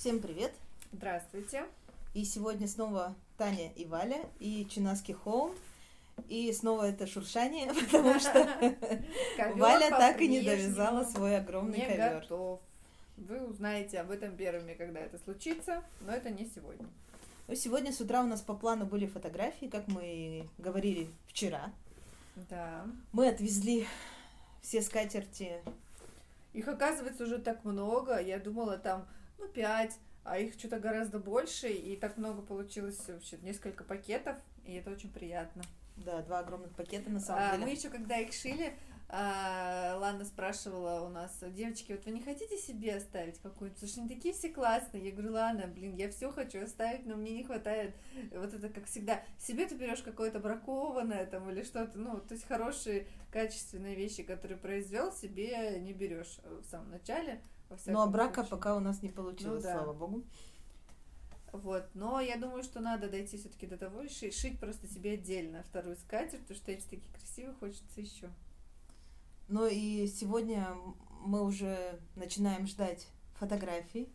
Всем привет! Здравствуйте! И сегодня снова Таня и Валя, и Чинаский Хоум, и снова это шуршание, потому что Валя так и не довязала свой огромный ковер. Готов. Вы узнаете об этом первыми, когда это случится, но это не сегодня. Ну, сегодня с утра у нас по плану были фотографии, как мы и говорили вчера. Да. Мы отвезли все скатерти. Их, оказывается, уже так много. Я думала, там, 5, а их что-то гораздо больше. И так много получилось вообще, несколько пакетов. И это очень приятно. Да, 2 огромных пакета на самом деле. Мы еще, когда их шили, Лана спрашивала у нас: девочки, вот вы не хотите себе оставить какую-нибудь? Потому что они такие все классные. Я говорю: Лана, я все хочу оставить, но мне не хватает. Вот это, как всегда, себе ты берешь какое-то бракованное там или что-то, то есть хорошие, качественные вещи, которые произвел, себе не берешь в самом начале. Ну, а брака пока у нас не получилось, да. Слава богу. Вот, но я думаю, что надо дойти все-таки до того и шить просто себе отдельно вторую скатерть, потому что эти такие красивые, хочется еще. Ну и сегодня мы уже начинаем ждать фотографий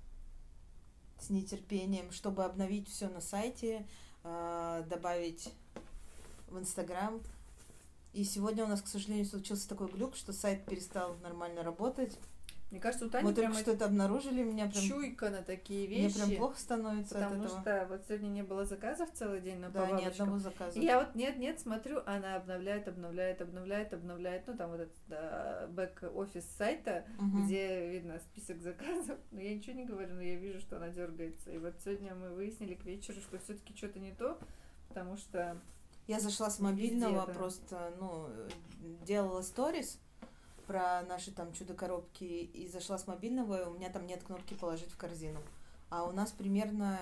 с нетерпением, чтобы обновить все на сайте, добавить в Инстаграм. И сегодня у нас, к сожалению, случился такой глюк, что сайт перестал нормально работать. Мне кажется, у Тани мы только что это обнаружили, меня прям чуйка на такие вещи. Мне прям плохо становится от этого. Потому что вот сегодня не было заказов целый день на да, ни одного заказа. И я вот нет, смотрю, она обновляет. Ну, там вот этот бэк-офис сайта, где видно список заказов. Но я ничего не говорю, но я вижу, что она дергается. И вот сегодня мы выяснили к вечеру, что все-таки что-то не то, потому что... Я зашла с мобильного, просто, делала сторис про наши там чудо-коробки и зашла с мобильного, и у меня там нет кнопки «Положить в корзину». А у нас примерно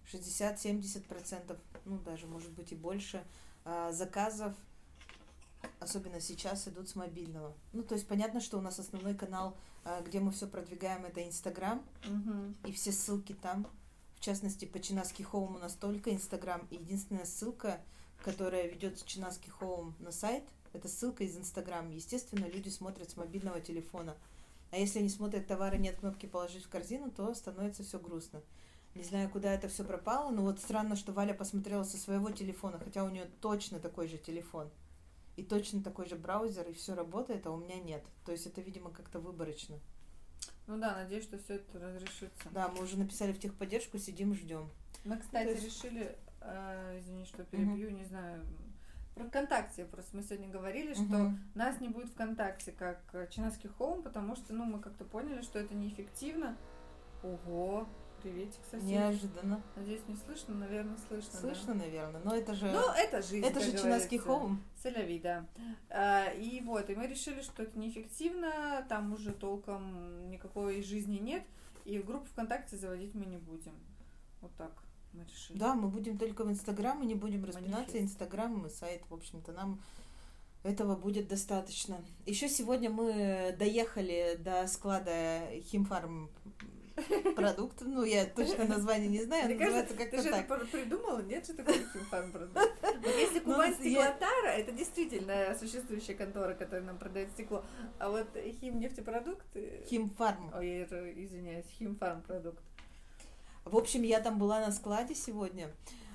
60-70%, даже, может быть, и больше, заказов, особенно сейчас, идут с мобильного. То есть понятно, что у нас основной канал, где мы все продвигаем, это Инстаграм, и все ссылки там. В частности, по Чинаский Хоум у нас только Инстаграм, и единственная ссылка, которая ведет Чинаский Хоум на сайт, это ссылка из Инстаграм. Естественно, люди смотрят с мобильного телефона. А если они смотрят товары, нет кнопки «Положить в корзину», то становится все грустно. Не знаю, куда это все пропало, но вот странно, что Валя посмотрела со своего телефона, хотя у нее точно такой же телефон. И точно такой же браузер, и все работает, а у меня нет. То есть это, видимо, как-то выборочно. Надеюсь, что все это разрешится. Да, мы уже написали в техподдержку, сидим, ждем. Мы, кстати, решили, извини, что перебью, не знаю... Про ВКонтакте просто мы сегодня говорили, что нас не будет ВКонтакте как Чинаский Хоум, потому что, мы как-то поняли, что это неэффективно. Ого, приветик, сосед. Неожиданно. Надеюсь, не слышно? Наверное, слышно. Слышно, да? Наверное, но это же... это жизнь, это же Чинаский Хоум. Соляви, да. И мы решили, что это неэффективно, там уже толком никакой жизни нет, и в группу ВКонтакте заводить мы не будем. Вот так. Мы решили. Да, мы будем только в Инстаграм, мы не будем распинаться. Инстаграм и сайт, в общем-то, нам этого будет достаточно. Еще сегодня мы доехали до склада Химфарм продукт. Я точно название не знаю, называется как-то так. Ты же это придумала? Нет, что такое Химфарм продукт? Если Кубань Стеклотара, это действительно существующая контора, которая нам продает стекло. А вот Химнефтепродукт... Химфарм. Ой, я извиняюсь, Химфарм продукт. В общем, я там была на складе сегодня.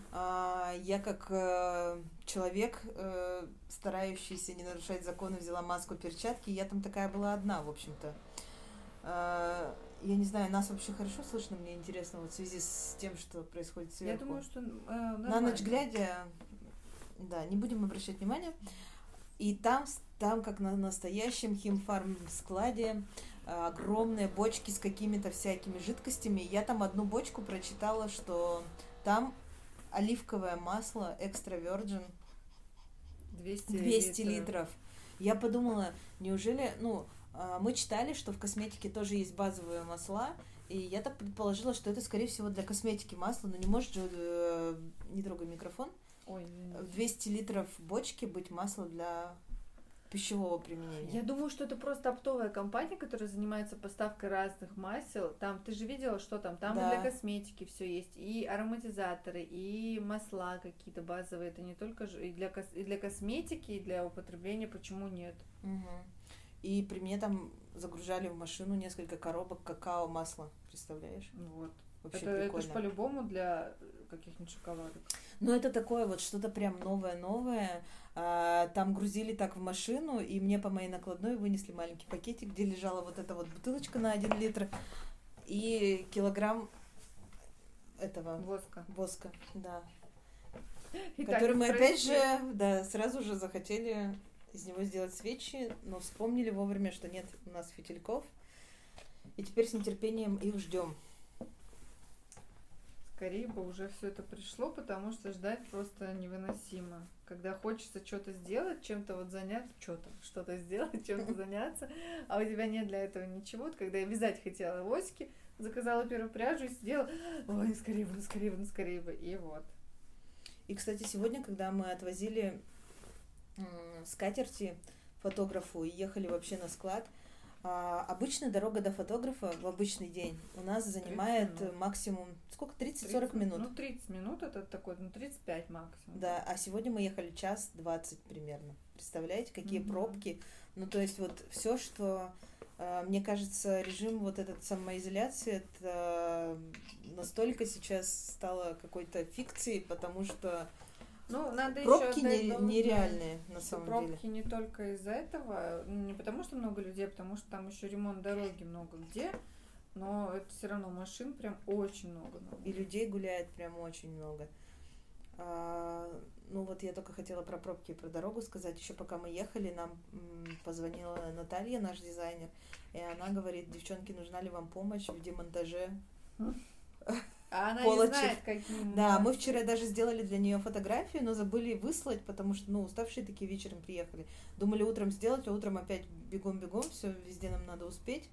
Я как человек, старающийся не нарушать законы, взяла маску, перчатки. Я там такая была одна, в общем-то. Я не знаю, нас вообще хорошо слышно? Мне интересно, в связи с тем, что происходит сверху. Я думаю, что нормально. На ночь глядя, да, не будем обращать внимания. И там как на настоящем Химфарм складе, огромные бочки с какими-то всякими жидкостями. Я там одну бочку прочитала, что там оливковое масло экстра virgin 200 литров. Я подумала, неужели, мы читали, что в косметике тоже есть базовые масла, и я так предположила, что это, скорее всего, для косметики масло, но не может же, не трогай микрофон, в 200 литров бочки быть масло для пищевого применения. Я думаю, что это просто оптовая компания, которая занимается поставкой разных масел. Там, ты же видела, что там? Там да. И для косметики все есть, и ароматизаторы, и масла какие-то базовые. Это не только и для косметики, и для употребления. Почему нет? Угу. И при мне там загружали в машину несколько коробок какао-масла, представляешь? Вот. Вообще это ж по-любому для каких-нибудь шоколадок. Ну, это такое вот что-то прям новое-новое. Там грузили так в машину, и мне по моей накладной вынесли маленький пакетик, где лежала вот эта вот бутылочка на 1 литр и килограмм этого воска, да. Который мы опять же, да, сразу же захотели из него сделать свечи, но вспомнили вовремя, что нет у нас фитильков, и теперь с нетерпением их ждем. Скорее бы уже все это пришло, потому что ждать просто невыносимо. Когда хочется что-то сделать, чем-то вот заняться, что-то сделать, чем-то заняться, а у тебя нет для этого ничего. Вот когда я вязать хотела оськи, заказала первую пряжу и сидела, ой, ну скорее бы, и вот. И, кстати, сегодня, когда мы отвозили скатерти фотографу и ехали вообще на склад, обычно дорога до фотографа в обычный день у нас занимает максимум, сколько, 30-40 минут? Ну, 30 минут это такой, 35 максимум. Да, а сегодня мы ехали 1:20 примерно. Представляете, какие пробки? Ну, то есть вот все, что, мне кажется, режим вот этот самоизоляции, это настолько сейчас стало какой-то фикцией, потому что надо пробки еще нереальные, на самом деле. Пробки не только из-за этого, не потому что много людей, а потому что там еще ремонт дороги много где, но это все равно машин прям очень много. И людей гуляет прям очень много. Ну вот я только хотела про пробки и про дорогу сказать. Еще пока мы ехали, нам позвонила Наталья, наш дизайнер, и она говорит: девчонки, нужна ли вам помощь в демонтаже она полочек. Не знает, какие. Да, мы вчера даже сделали для нее фотографию, но забыли выслать, потому что, уставшие такие вечером приехали. Думали утром сделать, а утром опять бегом-бегом, все везде нам надо успеть.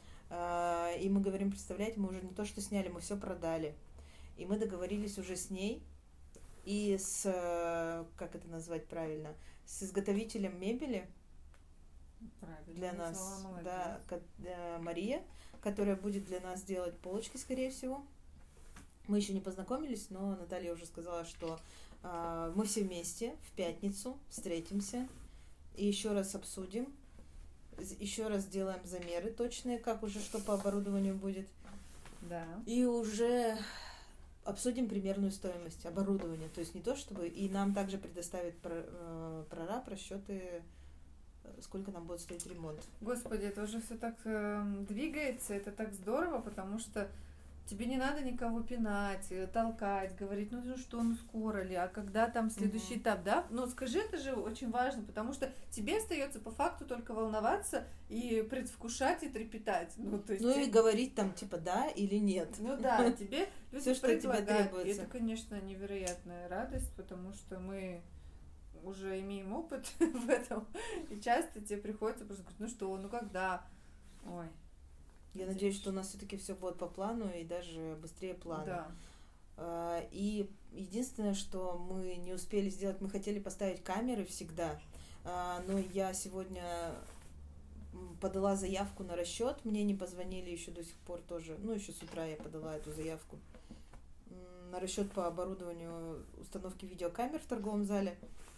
И мы говорим, представляете, мы уже не то что сняли, мы все продали. И мы договорились уже с ней и с, как это назвать правильно, с изготовителем мебели. Правильно, для нас, да, Мария, которая будет для нас делать полочки, скорее всего. Мы еще не познакомились, но Наталья уже сказала, что мы все вместе в пятницу встретимся и еще раз обсудим, еще раз сделаем замеры точные, как уже что по оборудованию будет. Да. И уже обсудим примерную стоимость оборудования. То есть не то чтобы... И нам также предоставит прораб расчеты, сколько нам будет стоить ремонт. Господи, это уже все так двигается, это так здорово, потому что тебе не надо никого пинать, толкать, говорить, скоро ли, а когда там следующий этап, да? Но скажи, это же очень важно, потому что тебе остается по факту только волноваться и предвкушать и трепетать. И говорить там типа да или нет. Ну да, тебе все, что от тебя требуется. И это, конечно, невероятная радость, потому что мы уже имеем опыт в этом, и часто тебе приходится просто говорить, когда? Ой. Я надеюсь, что у нас все-таки все будет по плану и даже быстрее плана. Да. И единственное, что мы не успели сделать, мы хотели поставить камеры всегда, но я сегодня подала заявку на расчет, мне не позвонили еще до сих пор тоже, еще с утра я подала эту заявку на расчет по оборудованию установки видеокамер в торговом зале.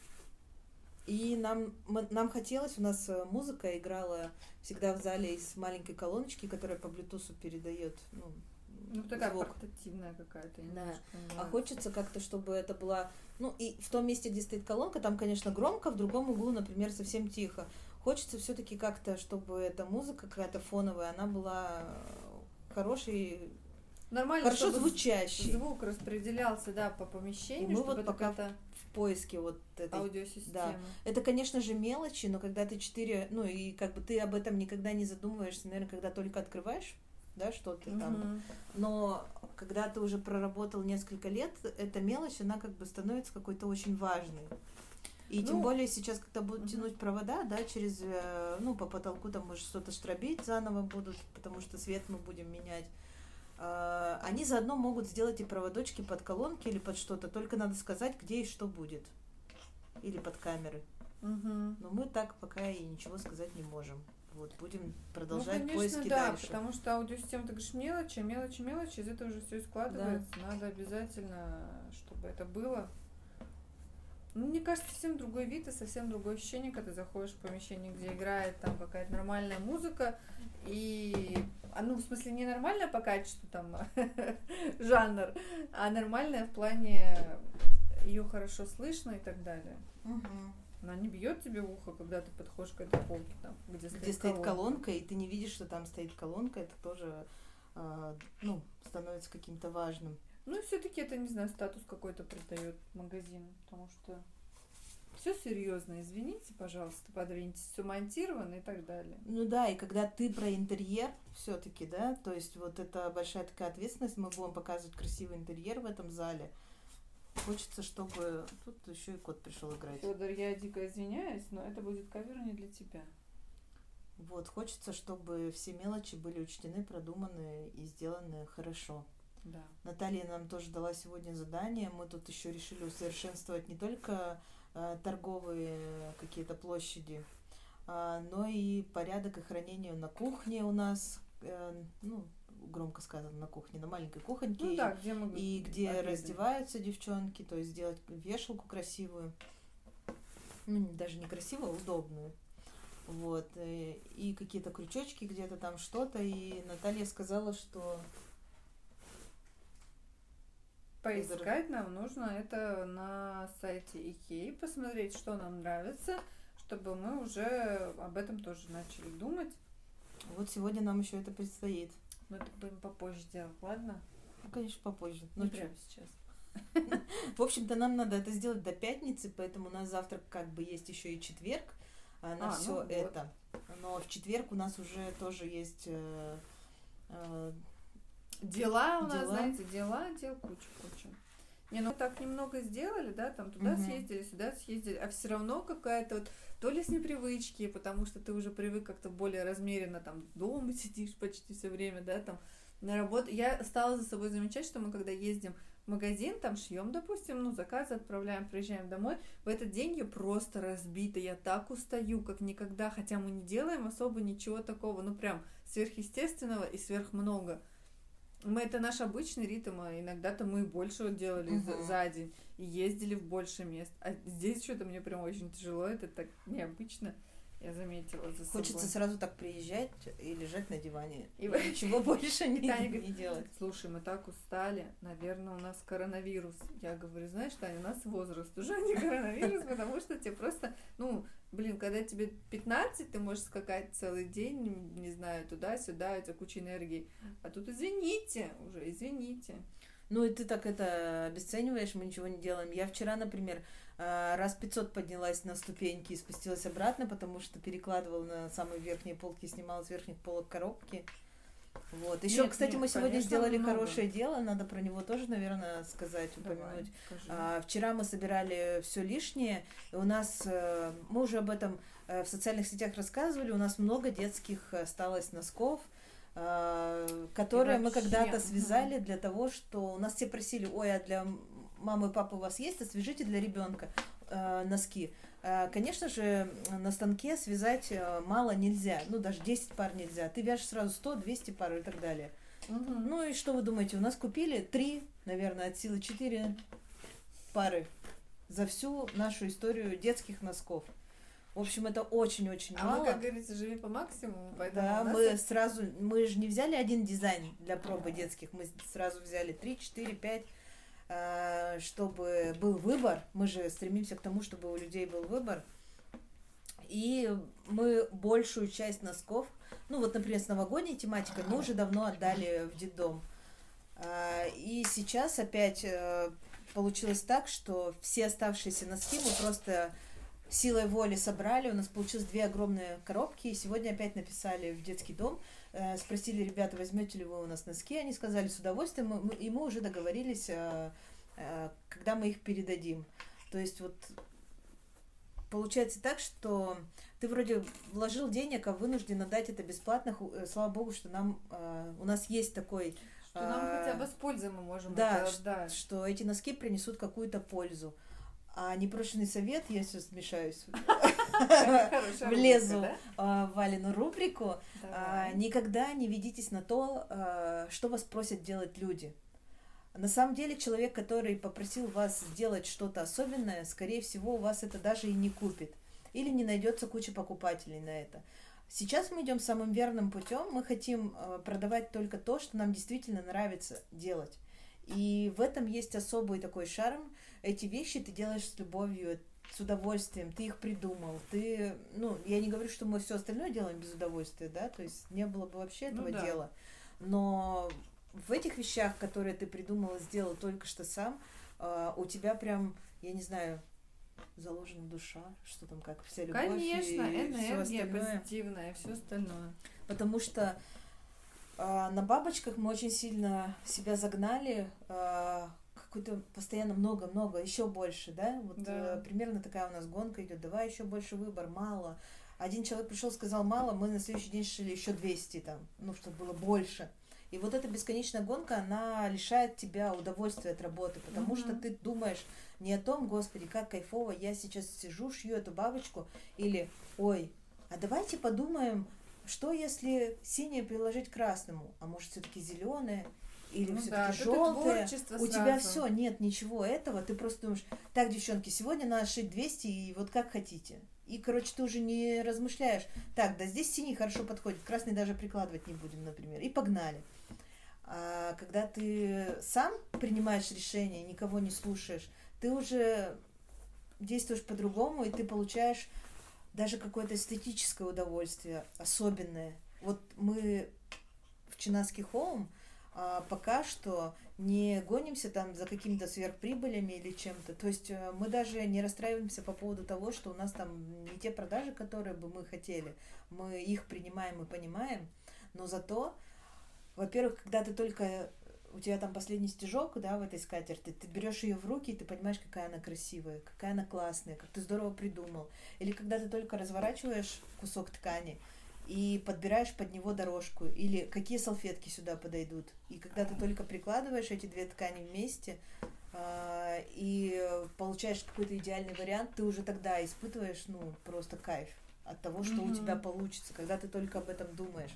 И нам хотелось, у нас музыка играла всегда в зале из маленькой колоночки, которая по Bluetooth передает такая звук. Портативная какая-то. Да. А хочется как-то, чтобы это была... и в том месте, где стоит колонка, там, конечно, громко, в другом углу, например, совсем тихо. Хочется все-таки как-то, чтобы эта музыка какая-то фоновая, она была хорошей, нормально, хорошо звучащий. Звук распределялся, да, по помещению. И мы вот пока в поиске вот этой аудиосистемы. Да. Это, конечно же, мелочи, но когда ты и как бы ты об этом никогда не задумываешься, наверное, когда только открываешь, да, что-то там. Но когда ты уже проработал несколько лет, эта мелочь, она как бы становится какой-то очень важной. И тем более сейчас, когда будут тянуть провода, да, через, по потолку там, может, что-то штробить заново будут, потому что свет мы будем менять. Они заодно могут сделать и проводочки под колонки или под что-то, только надо сказать, где и что будет. Или под камеры. Но мы так пока и ничего сказать не можем. Вот, будем продолжать конечно, поиски да, дальше. Потому что аудиосистема, ты говоришь, мелочи, из этого уже все складывается. Да. Надо обязательно, чтобы это было. Ну, мне кажется, совсем другой вид и совсем другое ощущение, когда ты заходишь в помещение, где играет там какая-то нормальная музыка, и, ну, в смысле, не нормальная по качеству там жанр, а нормальная в плане ее хорошо слышно и так далее. Она не бьет тебе в ухо, когда ты подходишь к этой полке, там, где стоит колонка, и ты не видишь, что там стоит колонка, это тоже, ну, становится каким-то важным. Ну, и все-таки это, не знаю, статус какой-то придает магазину, потому что все серьезно, извините, пожалуйста, подвиньте, все монтировано и так далее. Ну да, и когда ты про интерьер все-таки, да, то есть вот это большая такая ответственность, мы будем показывать красивый интерьер в этом зале. Хочется, чтобы... Тут еще и кот пришел играть. Федор, я дико извиняюсь, но это будет кавер не для тебя. Вот, хочется, чтобы все мелочи были учтены, продуманы и сделаны хорошо. Да. Наталья нам тоже дала сегодня задание. Мы тут еще решили усовершенствовать не только торговые какие-то площади, но и порядок и хранение на кухне у нас, ну, громко сказано, на кухне, на маленькой кухоньке, ну, да, где мы и где раздеваются девчонки, то есть сделать вешалку красивую, ну, даже не красивую, а удобную. Вот, и какие-то крючочки где-то там что-то, и Наталья сказала, что поискать нам нужно это на сайте Икеи, посмотреть, что нам нравится, чтобы мы уже об этом тоже начали думать. Вот сегодня нам еще это предстоит. Мы это будем попозже делать, ладно? Ну, конечно, попозже. Не прямо сейчас. В общем-то, нам надо это сделать до пятницы, поэтому у нас завтра как бы есть еще и четверг на все ну это. Вот. Но в четверг у нас уже тоже есть дела у нас, знаете, дел куча. Не, ну так немного сделали, да, там туда съездили, сюда съездили, а все равно какая-то вот, то ли с непривычки, потому что ты уже привык как-то более размеренно, там, дома сидишь почти все время, да, там, на работу. Я стала за собой замечать, что мы, когда ездим в магазин, там, шьем, допустим, ну, заказы отправляем, приезжаем домой, в этот день я просто разбита, я так устаю, как никогда, хотя мы не делаем особо ничего такого, ну, прям сверхъестественного и сверхмного. Мы это наш обычный ритм, а иногда-то мы больше делали за день и ездили в больше мест. А здесь что-то мне прям очень тяжело, это так необычно, я заметила за собой. Хочется сразу так приезжать и лежать на диване. И ничего больше не делать. Слушай, мы так устали, наверное, у нас коронавирус. Я говорю, знаешь, Таня, у нас возраст уже не коронавирус, потому что тебе просто, ну, блин, когда тебе 15, ты можешь скакать целый день, не знаю, туда-сюда, у тебя куча энергии. А тут извините. Ну и ты так это обесцениваешь, мы ничего не делаем. Я вчера, например, раз 500 поднялась на ступеньки и спустилась обратно, потому что перекладывала на самые верхние полки, снимала с верхних полок коробки. Вот. Еще, кстати, мы сегодня сделали хорошее дело, надо про него тоже, наверное, сказать, упомянуть. Вчера мы собирали все лишнее, и у нас, мы уже об этом в социальных сетях рассказывали, у нас много детских осталось носков, которые мы когда-то связали для того, что у нас все просили, ой, а для мамы и папы у вас есть, а свяжите для ребенка носки. Конечно же, на станке связать мало нельзя, ну даже 10 пар нельзя, ты вяжешь сразу 100, 200 пар и так далее. Ну и что вы думаете, у нас купили 3, наверное, от силы 4 пары за всю нашу историю детских носков. В общем, это очень-очень мало. А мы, как говорится, живи по максимуму, поэтому да, мы же не взяли один дизайн для пробы детских, мы сразу взяли 3, 4, 5, чтобы был выбор. Мы же стремимся к тому, чтобы у людей был выбор. И мы большую часть носков, ну вот, например, с новогодней тематикой, мы уже давно отдали в детдом. И сейчас опять получилось так, что все оставшиеся носки мы просто силой воли собрали, у нас получилось 2 огромные коробки, и сегодня опять написали в детский дом, спросили, ребята, возьмете ли вы у нас носки, они сказали с удовольствием, и мы уже договорились, когда мы их передадим. То есть вот получается так, что ты вроде вложил денег, а вынужден отдать это бесплатно, слава богу, что у нас есть такой... Что нам хотя бы с пользой мы можем это отдать. Что эти носки принесут какую-то пользу. А непрошенный совет, я сейчас смешаюсь, влезу в Валину рубрику. Никогда не ведитесь на то, что вас просят делать люди. На самом деле человек, который попросил вас сделать что-то особенное, скорее всего, у вас это даже и не купит. Или не найдется куча покупателей на это. Сейчас мы идем самым верным путем. Мы хотим продавать только то, что нам действительно нравится делать. И в этом есть особый такой шарм. Эти вещи ты делаешь с любовью, с удовольствием, ты их придумал. Ты, ну, я не говорю, что мы все остальное делаем без удовольствия, да, то есть не было бы вообще этого дела. Но в этих вещах, которые ты придумал и сделал только что сам, у тебя прям, я не знаю, заложена душа, что там, как вся любовь. Конечно, и энергия позитивная, все остальное. Потому что на бабочках мы очень сильно себя загнали, какой-то постоянно много, еще больше, да? Вот примерно такая у нас гонка идет. Давай еще больше выбор, мало. Один человек пришел, сказал мало, мы на следующий день шили еще 200 там, ну, чтобы было больше. И вот эта бесконечная гонка, она лишает тебя удовольствия от работы, потому что ты думаешь не о том, господи, как кайфово, я сейчас сижу, шью эту бабочку, или, ой, а давайте подумаем, что если синее приложить к красному, а может все-таки зеленое, или все-таки желтое, у тебя все, нет ничего этого, ты просто думаешь, так, девчонки, сегодня надо шить 200, и вот как хотите. И, короче, ты уже не размышляешь, так, да здесь синий хорошо подходит, красный даже прикладывать не будем, например, и погнали. А когда ты сам принимаешь решение, никого не слушаешь, ты уже действуешь по-другому, и ты получаешь даже какое-то эстетическое удовольствие, особенное. Вот мы в Чинаский Хоум пока что не гонимся там за какими-то сверхприбылями или чем-то. То есть мы даже не расстраиваемся по поводу того, что у нас там не те продажи, которые бы мы хотели. Мы их принимаем и понимаем, но зато, во-первых, когда ты только... У тебя там последний стежок, да, в этой скатерти, ты берешь ее в руки, и ты понимаешь, какая она красивая, какая она классная, как ты здорово придумал. Или когда ты только разворачиваешь кусок ткани и подбираешь под него дорожку, или какие салфетки сюда подойдут. И когда ты только прикладываешь эти две ткани вместе и получаешь какой-то идеальный вариант, ты уже тогда испытываешь, ну, просто кайф от того, что у тебя получится, когда ты только об этом думаешь.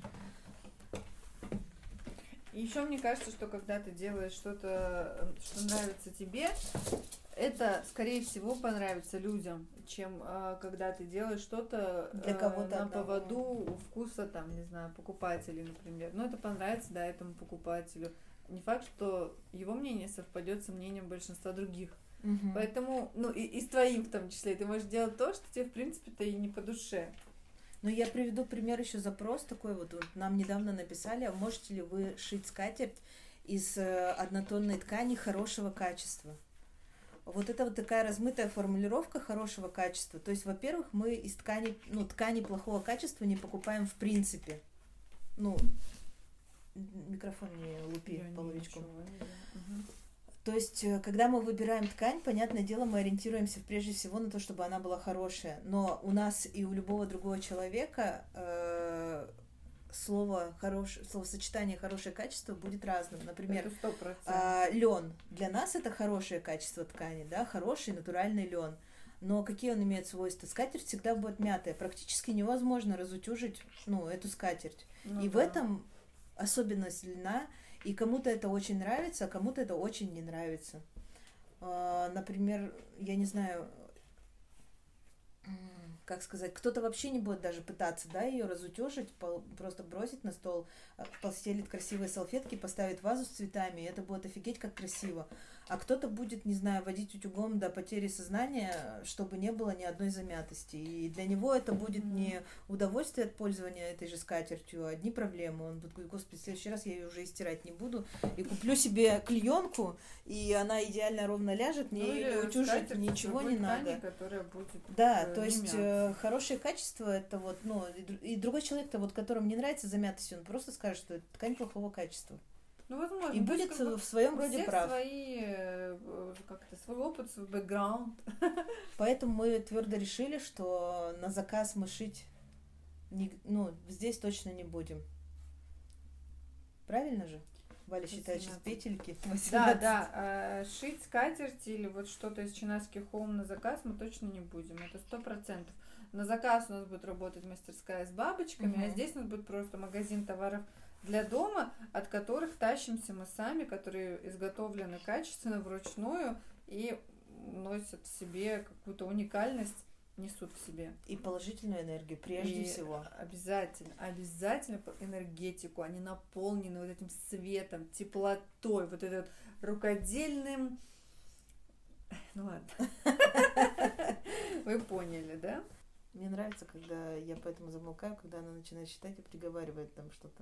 Еще мне кажется, что когда ты делаешь что-то, что нравится тебе, это, скорее всего, понравится людям, чем когда ты делаешь что-то для кого-то на поводу вкуса, там, не знаю, покупателей, например. Ну, это понравится, да, этому покупателю. Не факт, что его мнение совпадет с мнением большинства других. Поэтому, ну, и с твоим в том числе, ты можешь делать то, что тебе, в принципе-то, и не по душе. Ну, я приведу пример, еще запрос такой вот нам недавно написали, а можете ли вы шить скатерть из однотонной ткани хорошего качества? Вот это вот такая размытая формулировка хорошего качества. То есть, во-первых, мы из ткани, ну, ткани плохого качества не покупаем в принципе. Ну, микрофон не лупи половичком. То есть, когда мы выбираем ткань, понятное дело, мы ориентируемся прежде всего на то, чтобы она была хорошая. Но у нас и у любого другого человека словосочетание хорошее качество будет разным. Например, лен. Для нас это хорошее качество ткани, да, хороший натуральный лен. Но какие он имеет свойства? Скатерть всегда будет мятая. Практически невозможно разутюжить, ну, эту скатерть. Ну, и в этом особенность льна. И кому-то это очень нравится, а кому-то это очень не нравится. Например, я не знаю, как сказать, кто-то вообще не будет даже пытаться, да, ее разутюжить, просто бросить на стол, постелит красивые салфетки, поставит вазу с цветами, и это будет офигеть как красиво. А кто-то будет, не знаю, водить утюгом до потери сознания, чтобы не было ни одной замятости. И для него это будет не удовольствие от пользования этой же скатертью, а одни проблемы. Он будет говорить, господи, в следующий раз я ее уже и стирать не буду. И куплю себе клеенку, и она идеально ровно ляжет, мне ее утюжить ничего не надо. Которая будет да, то есть хорошее качество, это вот, ну, и другой человек-то, вот, которому не нравится замятость, он просто скажет, что это ткань плохого качества. Ну, возможно. И будет в своем роде прав. Свой опыт, свой бэкграунд. Поэтому мы твердо решили, что на заказ мы шить здесь точно не будем. Правильно же? Валя считает сейчас петельки. 18. Да. Шить скатерть или вот что-то из Чинаский Хоум на заказ мы точно не будем. Это 100%. На заказ у нас будет работать мастерская с бабочками, а здесь у нас будет просто магазин товаров для дома, от которых тащимся мы сами, которые изготовлены качественно, вручную и носят в себе какую-то уникальность, несут в себе. И положительную энергию, прежде всего. Обязательно энергетику. Они наполнены вот этим светом, теплотой, вот этим рукодельным... Ну ладно. Вы поняли, да? Мне нравится, когда я поэтому замолкаю, когда она начинает считать и приговаривает там что-то.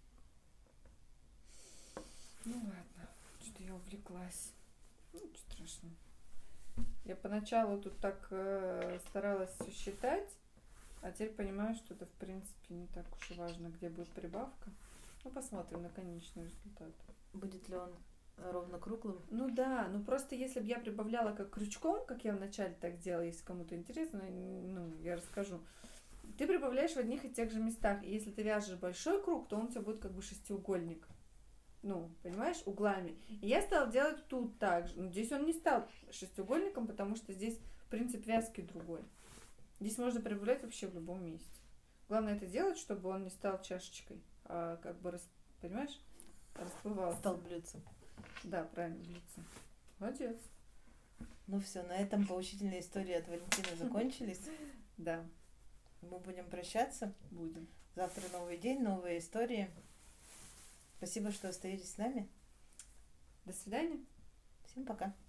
Ну ладно, что-то я увлеклась. Ну, ничего страшного. Я поначалу тут так старалась все считать, а теперь понимаю, что это в принципе не так уж и важно, где будет прибавка. Ну, посмотрим на конечный результат. Будет ли он ровно круглым? Ну да, ну просто если бы я прибавляла как крючком, как я вначале так делала, если кому-то интересно, ну, я расскажу. Ты прибавляешь в одних и тех же местах, и если ты вяжешь большой круг, то он у тебя будет как бы шестиугольник. Ну, понимаешь, углами. И я стала делать тут так же. Но здесь он не стал шестиугольником, потому что здесь принцип вязки другой. Здесь можно прибавлять вообще в любом месте. Главное это делать, чтобы он не стал чашечкой, а как бы, понимаешь, расплывался. Стал блюдцем. Да, правильно, блюдцем. Молодец. Ну все, на этом поучительные истории от Валентины закончились. Да. Мы будем прощаться. Будем. Завтра новый день, новые истории. Спасибо, что остаетесь с нами. До свидания. Всем пока.